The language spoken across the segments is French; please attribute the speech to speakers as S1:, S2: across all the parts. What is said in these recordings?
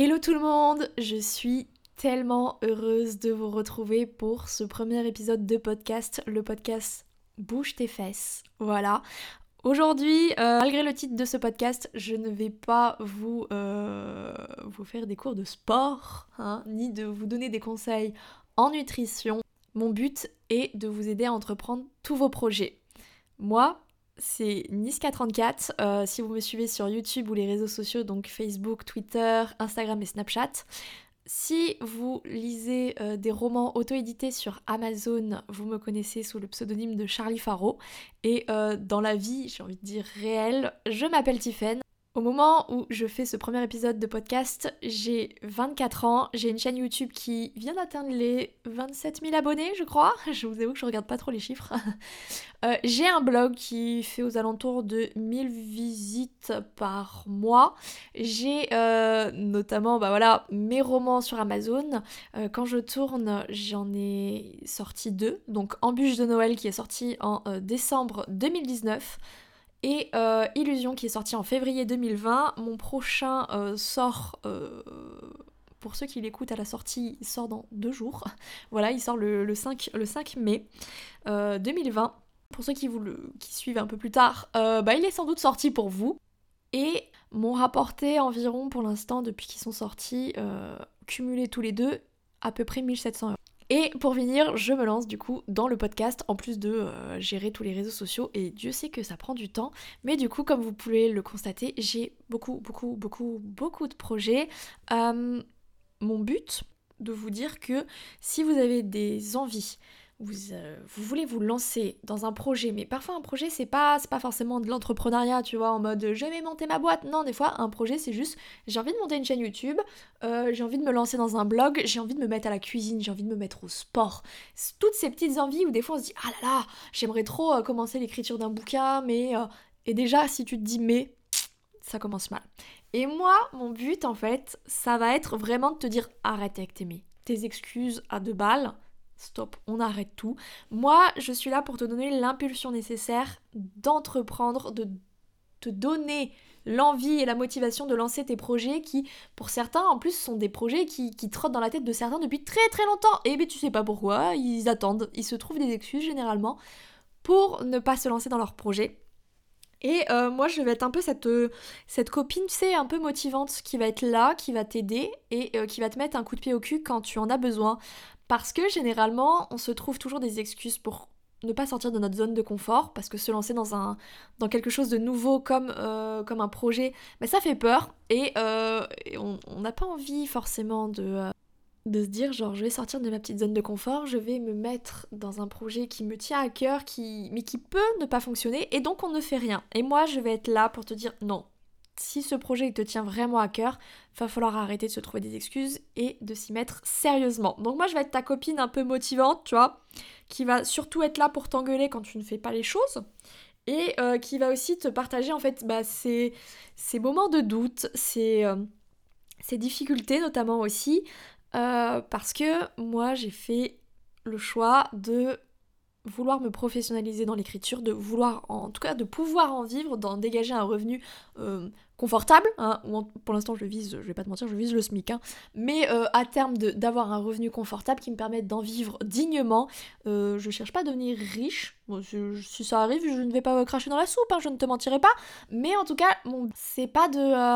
S1: Hello tout le monde, je suis tellement heureuse de vous retrouver pour ce premier épisode de podcast, le podcast Bouge tes fesses. Voilà. Aujourd'hui, malgré le titre de ce podcast, je ne vais pas vous faire des cours de sport, ni de vous donner des conseils en nutrition. Mon but est de vous aider à entreprendre tous vos projets. Moi, c'est Niska34, si vous me suivez sur YouTube ou les réseaux sociaux, donc Facebook, Twitter, Instagram et Snapchat. Si vous lisez des romans auto-édités sur Amazon, vous me connaissez sous le pseudonyme de Charlie Faro. Et dans la vie, j'ai envie de dire réelle, je m'appelle Tiffaine. Au moment où je fais ce premier épisode de podcast, j'ai 24 ans, j'ai une chaîne YouTube qui vient d'atteindre les 27 000 abonnés, je crois. Je vous avoue que je regarde pas trop les chiffres. J'ai un blog qui fait aux alentours de 1000 visites par mois. J'ai notamment mes romans sur Amazon. Quand je tourne, j'en ai sorti 2. Donc Embûche de Noël qui est sorti en décembre 2019. Et Illusion qui est sorti en février 2020. Mon prochain sort, pour ceux qui l'écoutent à la sortie, il sort dans 2 jours. Voilà, il sort le 5 mai 2020. Pour ceux qui suivent un peu plus tard, il est sans doute sorti pour vous. Et m'ont rapporté environ, pour l'instant, depuis qu'ils sont sortis, cumulés tous les deux, à peu près 1700 €. Et pour finir, je me lance du coup dans le podcast, en plus de gérer tous les réseaux sociaux, et Dieu sait que ça prend du temps, mais du coup, comme vous pouvez le constater, j'ai beaucoup de projets. Mon but, de vous dire que si vous avez des envies, vous voulez vous lancer dans un projet, mais parfois un projet c'est pas forcément de l'entrepreneuriat, tu vois, en mode je vais monter ma boîte. Non, des fois un projet c'est juste j'ai envie de monter une chaîne YouTube, j'ai envie de me lancer dans un blog, j'ai envie de me mettre à la cuisine, j'ai envie de me mettre au sport. Toutes ces petites envies où des fois on se dit ah là là, j'aimerais trop commencer l'écriture d'un bouquin, mais et déjà si tu te dis mais, ça commence mal. Et moi, mon but en fait, ça va être vraiment de te dire arrête avec tes excuses à 2 balles. Stop, on arrête tout. Moi, je suis là pour te donner l'impulsion nécessaire d'entreprendre, de te donner l'envie et la motivation de lancer tes projets qui, pour certains, en plus, sont des projets qui trottent dans la tête de certains depuis très très longtemps. Et ben tu sais pas pourquoi, ils attendent, ils se trouvent des excuses généralement pour ne pas se lancer dans leur projet. Et moi, je vais être un peu cette copine, tu sais, un peu motivante qui va être là, qui va t'aider et qui va te mettre un coup de pied au cul quand tu en as besoin. Parce que généralement, on se trouve toujours des excuses pour ne pas sortir de notre zone de confort, parce que se lancer dans quelque chose de nouveau comme un projet, ça fait peur et on n'a pas envie forcément de se dire genre je vais sortir de ma petite zone de confort, je vais me mettre dans un projet qui me tient à cœur, mais qui peut ne pas fonctionner, et donc on ne fait rien. Et moi je vais être là pour te dire non. Si ce projet te tient vraiment à cœur, va falloir arrêter de se trouver des excuses et de s'y mettre sérieusement. Donc moi je vais être ta copine un peu motivante, tu vois, qui va surtout être là pour t'engueuler quand tu ne fais pas les choses, et qui va aussi te partager en fait ces moments de doute, ces difficultés notamment aussi, parce que moi j'ai fait le choix de vouloir me professionnaliser dans l'écriture, de vouloir, en tout cas de pouvoir en vivre, d'en dégager un revenu confortable, pour l'instant je vais pas te mentir, je vise le SMIC, mais à terme d'avoir un revenu confortable qui me permette d'en vivre dignement. Je cherche pas à devenir riche, bon, si ça arrive je ne vais pas cracher dans la soupe, je ne te mentirai pas, mais en tout cas c'est pas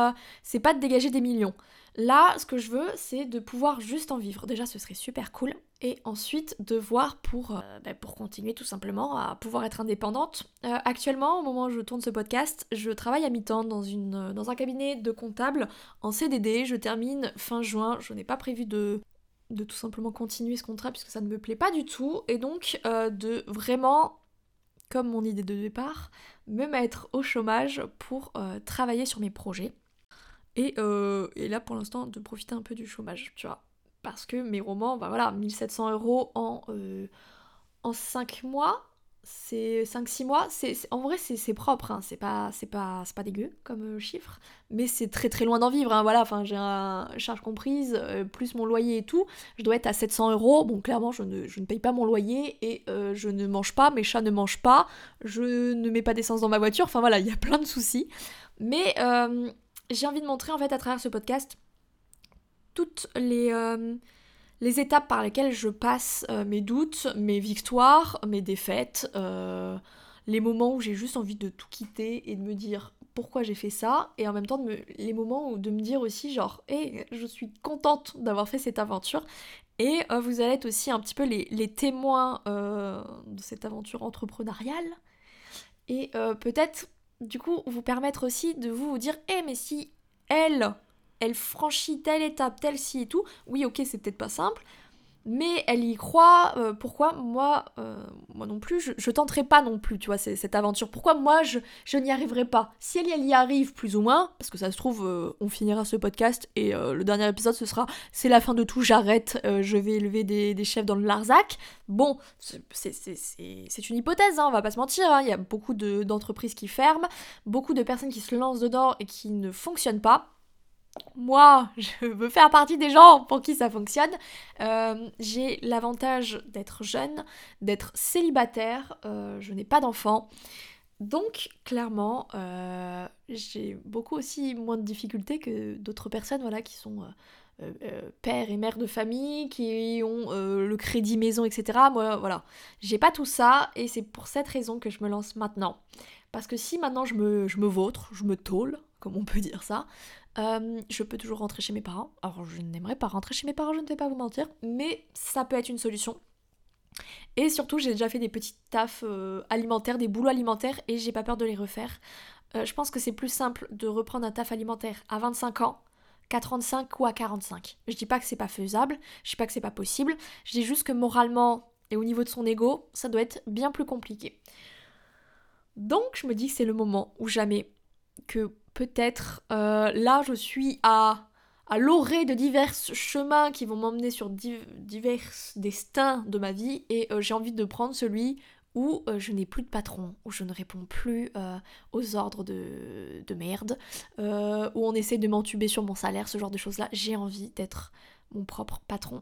S1: de dégager des millions. Là, ce que je veux, c'est de pouvoir juste en vivre. Déjà, ce serait super cool. Et ensuite, de voir pour continuer tout simplement à pouvoir être indépendante. Actuellement, au moment où je tourne ce podcast, je travaille à mi-temps dans un cabinet de comptable en CDD. Je termine fin juin. Je n'ai pas prévu de tout simplement continuer ce contrat puisque ça ne me plaît pas du tout. Et donc, de vraiment, comme mon idée de départ, me mettre au chômage pour travailler sur mes projets. Et là, pour l'instant, de profiter un peu du chômage, tu vois. Parce que mes romans, 1700 € en 5 mois, c'est 5-6 mois, en vrai, c'est propre, c'est pas dégueu comme chiffre, mais c'est très très loin d'en vivre, j'ai un charge comprise, plus mon loyer et tout, je dois être à 700 €, bon, clairement, je ne paye pas mon loyer, et je ne mange pas, mes chats ne mangent pas, je ne mets pas d'essence dans ma voiture, il y a plein de soucis, mais j'ai envie de montrer en fait à travers ce podcast toutes les étapes par lesquelles je passe, mes doutes, mes victoires, mes défaites, les moments où j'ai juste envie de tout quitter et de me dire pourquoi j'ai fait ça, et en même temps les moments où de me dire aussi genre hey, je suis contente d'avoir fait cette aventure. Et vous allez être aussi un petit peu les témoins de cette aventure entrepreneuriale, et peut-être du coup vous permettre aussi de vous dire mais si elle franchit telle étape, telle ci et tout, oui ok c'est peut-être pas simple, mais elle y croit, pourquoi moi non plus, je tenterai pas non plus, tu vois, cette aventure. Pourquoi moi, je n'y arriverai pas? Si elle y arrive, plus ou moins, parce que ça se trouve, on finira ce podcast, et le dernier épisode, ce sera « c'est la fin de tout, j'arrête, je vais élever des chefs dans le Larzac ». Bon, c'est une hypothèse, hein, on va pas se mentir, hein. Il y a beaucoup d'entreprises qui ferment, beaucoup de personnes qui se lancent dedans et qui ne fonctionnent pas. Moi, je veux faire partie des gens pour qui ça fonctionne. J'ai l'avantage d'être jeune, d'être célibataire, je n'ai pas d'enfant. Donc, clairement, j'ai beaucoup aussi moins de difficultés que d'autres personnes, voilà, qui sont pères et mères de famille, qui ont le crédit maison, etc. Moi, voilà, j'ai pas tout ça, et c'est pour cette raison que je me lance maintenant. Parce que si maintenant je me vautre, je me tôle, comme on peut dire ça, je peux toujours rentrer chez mes parents. Alors je n'aimerais pas rentrer chez mes parents, je ne vais pas vous mentir, mais ça peut être une solution. Et surtout j'ai déjà fait des petits tafs alimentaires, des boulots alimentaires, et j'ai pas peur de les refaire. Je pense que c'est plus simple de reprendre un taf alimentaire à 25 ans qu'à 35 ou à 45. Je dis pas que c'est pas faisable, je dis pas que c'est pas possible, je dis juste que moralement et au niveau de son ego, ça doit être bien plus compliqué. Donc je me dis que c'est le moment ou jamais, que peut-être là je suis à l'orée de divers chemins qui vont m'emmener sur divers destins de ma vie, et j'ai envie de prendre celui où je n'ai plus de patron, où je ne réponds plus aux ordres de merde, où on essaie de m'entuber sur mon salaire, ce genre de choses là. J'ai envie d'être mon propre patron.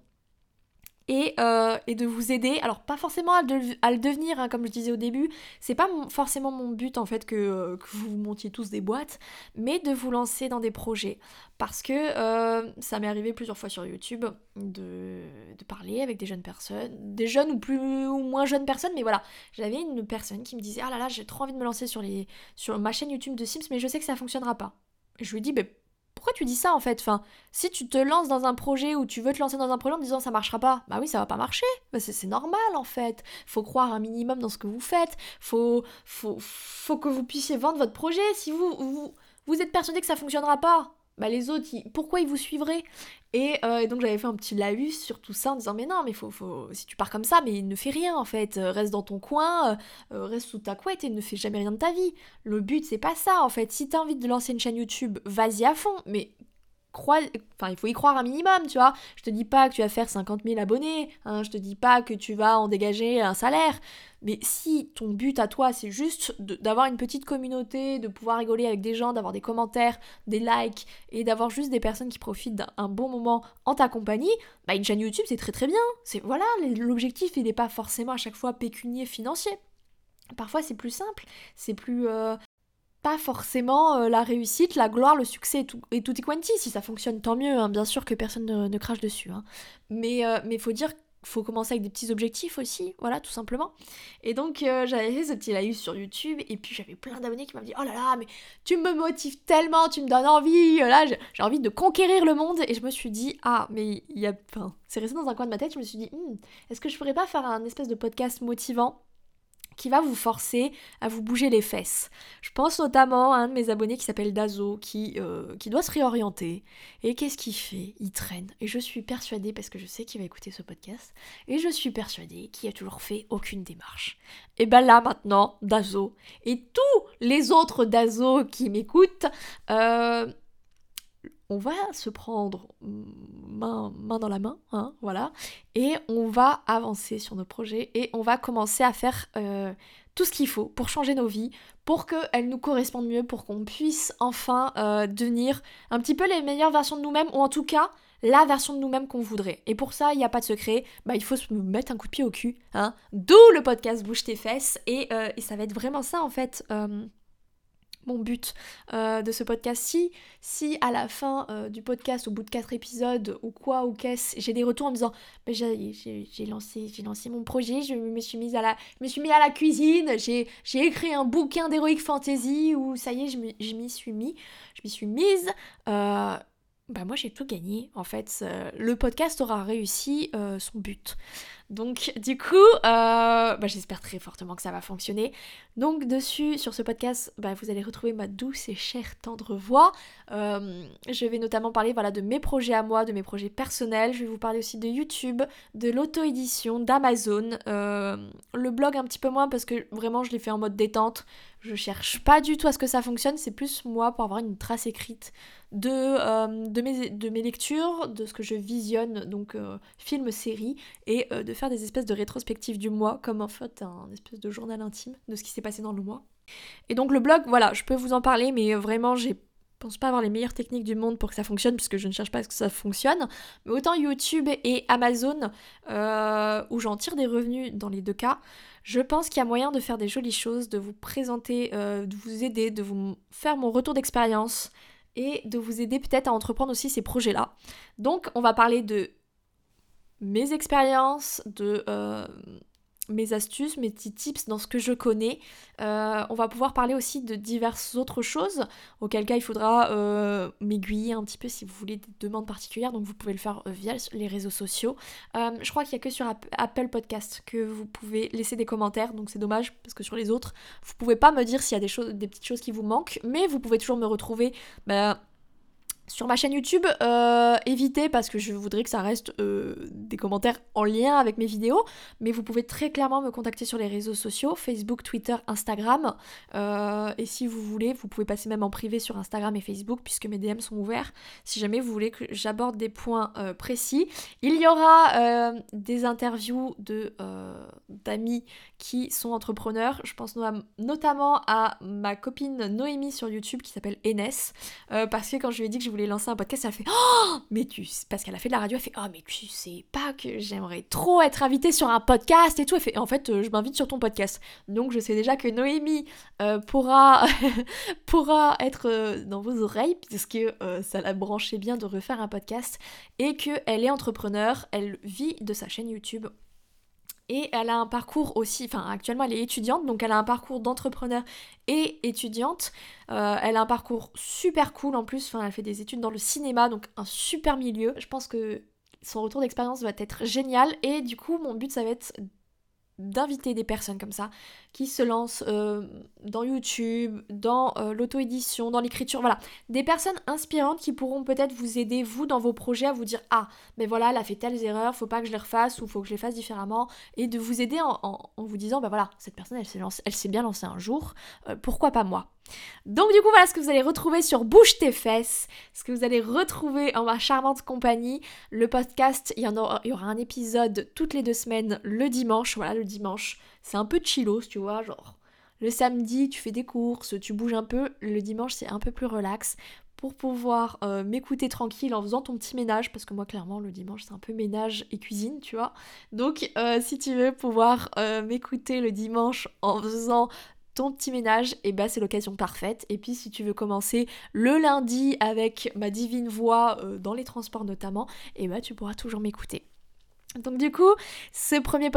S1: Et de vous aider, alors pas forcément à le devenir, hein, comme je disais au début, c'est pas forcément mon but en fait que vous montiez tous des boîtes, mais de vous lancer dans des projets, parce que ça m'est arrivé plusieurs fois sur YouTube de parler avec des jeunes personnes, des jeunes ou plus ou moins jeunes personnes, mais voilà, j'avais une personne qui me disait ah là là j'ai trop envie de me lancer sur ma chaîne YouTube de Sims, mais je sais que ça fonctionnera pas. Et je lui dis pourquoi tu dis ça en fait? Enfin, si tu te lances dans un projet, ou tu veux te lancer dans un projet en disant ça marchera pas, bah oui, ça va pas marcher. Bah c'est normal en fait. Faut croire un minimum dans ce que vous faites. Faut que vous puissiez vendre votre projet. Si vous êtes persuadé que ça fonctionnera pas, bah les autres, pourquoi ils vous suivraient? Et donc j'avais fait un petit laïus sur tout ça en disant mais non, mais si tu pars comme ça, mais ne fais rien en fait. Reste dans ton coin, reste sous ta couette et ne fais jamais rien de ta vie. Le but c'est pas ça en fait. Si t'as envie de lancer une chaîne YouTube, vas-y à fond, mais il faut y croire un minimum, tu vois. Je te dis pas que tu vas faire 50 000 abonnés, hein, je te dis pas que tu vas en dégager un salaire, mais si ton but à toi c'est juste d'avoir une petite communauté, de pouvoir rigoler avec des gens, d'avoir des commentaires, des likes, et d'avoir juste des personnes qui profitent d'un bon moment en ta compagnie, bah une chaîne YouTube c'est très très bien. Voilà, l'objectif il n'est pas forcément à chaque fois pécunier, financier. Parfois c'est plus simple, c'est plus pas forcément la réussite, la gloire, le succès et tutti quanti. Si ça fonctionne, tant mieux, hein. Bien sûr que personne ne crache dessus, hein. Mais faut commencer avec des petits objectifs aussi, voilà, tout simplement. Et donc j'avais fait ce petit live sur YouTube, et puis j'avais plein d'abonnés qui m'avaient dit oh là là, mais tu me motives tellement, tu me donnes envie, là j'ai envie de conquérir le monde. Et je me suis dit mais c'est resté dans un coin de ma tête. Je me suis dit est-ce que je pourrais pas faire un espèce de podcast motivant qui va vous forcer à vous bouger les fesses. Je pense notamment à un de mes abonnés qui s'appelle Dazo, qui doit se réorienter. Et qu'est-ce qu'il fait? Il traîne. Et je suis persuadée, parce que je sais qu'il va écouter ce podcast, et je suis persuadée qu'il a toujours fait aucune démarche. Et ben là, maintenant, Dazo, et tous les autres Dazo qui m'écoutent, on va se prendre main dans la main, hein, voilà, et on va avancer sur nos projets, et on va commencer à faire tout ce qu'il faut pour changer nos vies, pour qu'elles nous correspondent mieux, pour qu'on puisse enfin devenir un petit peu les meilleures versions de nous-mêmes, ou en tout cas la version de nous-mêmes qu'on voudrait. Et pour ça, il n'y a pas de secret, il faut se mettre un coup de pied au cul, hein, d'où le podcast Bouge tes fesses, et ça va être vraiment ça en fait. mon but de ce podcast. Si à la fin du podcast, au bout de 4 épisodes ou quoi ou qu'est-ce, j'ai des retours en me disant j'ai lancé mon projet, je me suis mis à la cuisine, j'ai écrit un bouquin d'heroic fantasy, ou ça y est, je m'y suis mise, moi j'ai tout gagné en fait. Le podcast aura réussi son but. Donc du coup, j'espère très fortement que ça va fonctionner. Donc sur ce podcast, vous allez retrouver ma douce et chère tendre voix. Je vais notamment parler de mes projets à moi, de mes projets personnels. Je vais vous parler aussi de YouTube, de l'auto-édition, d'Amazon. Le blog un petit peu moins parce que vraiment je l'ai fait en mode détente. Je cherche pas du tout à ce que ça fonctionne, c'est plus moi pour avoir une trace écrite de mes lectures, de ce que je visionne, donc films, séries, et de faire des espèces de rétrospectives du mois, comme en fait un espèce de journal intime de ce qui s'est passé dans le mois. Et donc le blog, voilà, je peux vous en parler, mais vraiment je pense pas avoir les meilleures techniques du monde pour que ça fonctionne, puisque je ne cherche pas à ce que ça fonctionne. Mais autant YouTube et Amazon, où j'en tire des revenus dans les deux cas, je pense qu'il y a moyen de faire des jolies choses, de vous présenter, de vous aider, de vous faire mon retour d'expérience, et de vous aider peut-être à entreprendre aussi ces projets-là. Donc on va parler de mes expériences, de mes astuces, mes petits tips dans ce que je connais. On va pouvoir parler aussi de diverses autres choses, auquel cas il faudra m'aiguiller un petit peu si vous voulez des demandes particulières, donc vous pouvez le faire via les réseaux sociaux. Je crois qu'il n'y a que sur Apple Podcast que vous pouvez laisser des commentaires, donc c'est dommage parce que sur les autres, vous pouvez pas me dire s'il y a des petites choses qui vous manquent, mais vous pouvez toujours me retrouver sur ma chaîne YouTube. Évitez, parce que je voudrais que ça reste des commentaires en lien avec mes vidéos, mais vous pouvez très clairement me contacter sur les réseaux sociaux, Facebook, Twitter, Instagram, et si vous voulez, vous pouvez passer même en privé sur Instagram et Facebook, puisque mes DM sont ouverts, si jamais vous voulez que j'aborde des points précis. Il y aura des interviews d'amis qui sont entrepreneurs. Je pense notamment à ma copine Noémie sur YouTube qui s'appelle Enes, parce que quand je lui ai dit que je voulais lancer un podcast, elle a fait oh mais parce qu'elle a fait de la radio, elle fait oh mais tu sais pas que j'aimerais trop être invitée sur un podcast et tout. Elle fait en fait je m'invite sur ton podcast. Donc je sais déjà que Noémie pourra être dans vos oreilles, puisque ça l'a branché bien de refaire un podcast, et qu'elle est entrepreneur, elle vit de sa chaîne YouTube. Et elle a un parcours aussi, actuellement elle est étudiante, donc elle a un parcours d'entrepreneur et étudiante. Elle a un parcours super cool en plus, elle fait des études dans le cinéma, donc un super milieu. Je pense que son retour d'expérience va être génial, et du coup mon but ça va être d'inviter des personnes comme ça qui se lancent dans YouTube, dans l'auto-édition, dans l'écriture, voilà, des personnes inspirantes qui pourront peut-être vous aider, vous, dans vos projets, à vous dire ah mais voilà, elle a fait telles erreurs, faut pas que je les refasse, ou faut que je les fasse différemment, et de vous aider en vous disant voilà, cette personne elle s'est bien lancée un jour, pourquoi pas moi. Donc du coup voilà ce que vous allez retrouver sur Bouge tes fesses, ce que vous allez retrouver en ma charmante compagnie. Le podcast, il y aura un épisode toutes les 2 semaines le dimanche. Voilà, le dimanche c'est un peu chillos, tu vois, genre le samedi tu fais des courses, tu bouges un peu, le dimanche c'est un peu plus relax pour pouvoir m'écouter tranquille en faisant ton petit ménage, parce que moi clairement le dimanche c'est un peu ménage et cuisine, tu vois. Donc si tu veux pouvoir m'écouter le dimanche en faisant ton petit ménage, et c'est l'occasion parfaite. Et puis si tu veux commencer le lundi avec ma divine voix dans les transports notamment, tu pourras toujours m'écouter. Donc du coup, ce premier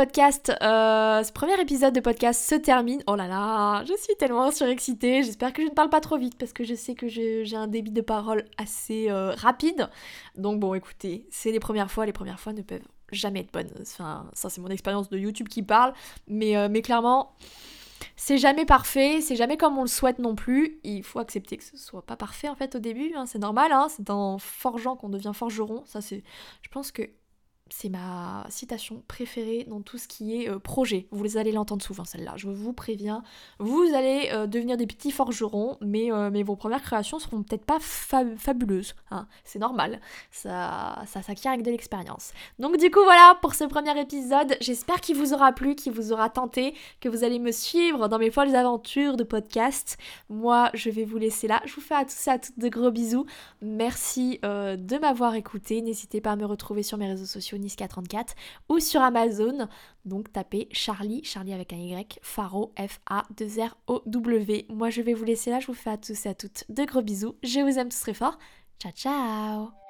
S1: épisode de podcast se termine. Oh là là, je suis tellement surexcitée. J'espère que je ne parle pas trop vite, parce que je sais que j'ai un débit de parole assez rapide. Donc bon, écoutez, c'est les premières fois ne peuvent jamais être bonnes. Ça c'est mon expérience de YouTube qui parle, mais clairement c'est jamais parfait, c'est jamais comme on le souhaite non plus. Il faut accepter que ce soit pas parfait en fait au début, c'est normal, c'est en forgeant qu'on devient forgeron. Ça c'est, je pense que c'est ma citation préférée dans tout ce qui est projet. Vous allez l'entendre souvent celle-là, je vous préviens. Vous allez devenir des petits forgerons, mais vos premières créations seront peut-être pas fabuleuses. C'est normal, ça s'acquiert avec de l'expérience. Donc du coup voilà pour ce premier épisode. J'espère qu'il vous aura plu, qu'il vous aura tenté, que vous allez me suivre dans mes folles aventures de podcast. Moi je vais vous laisser là. Je vous fais à tous et à toutes de gros bisous. Merci de m'avoir écouté. N'hésitez pas à me retrouver sur mes réseaux sociaux, Niska34 ou sur Amazon. Donc tapez Charlie avec un Y, Faro, F-A-2-R-O-W. Moi je vais vous laisser là, je vous fais à tous et à toutes de gros bisous. Je vous aime tous très fort. Ciao ciao.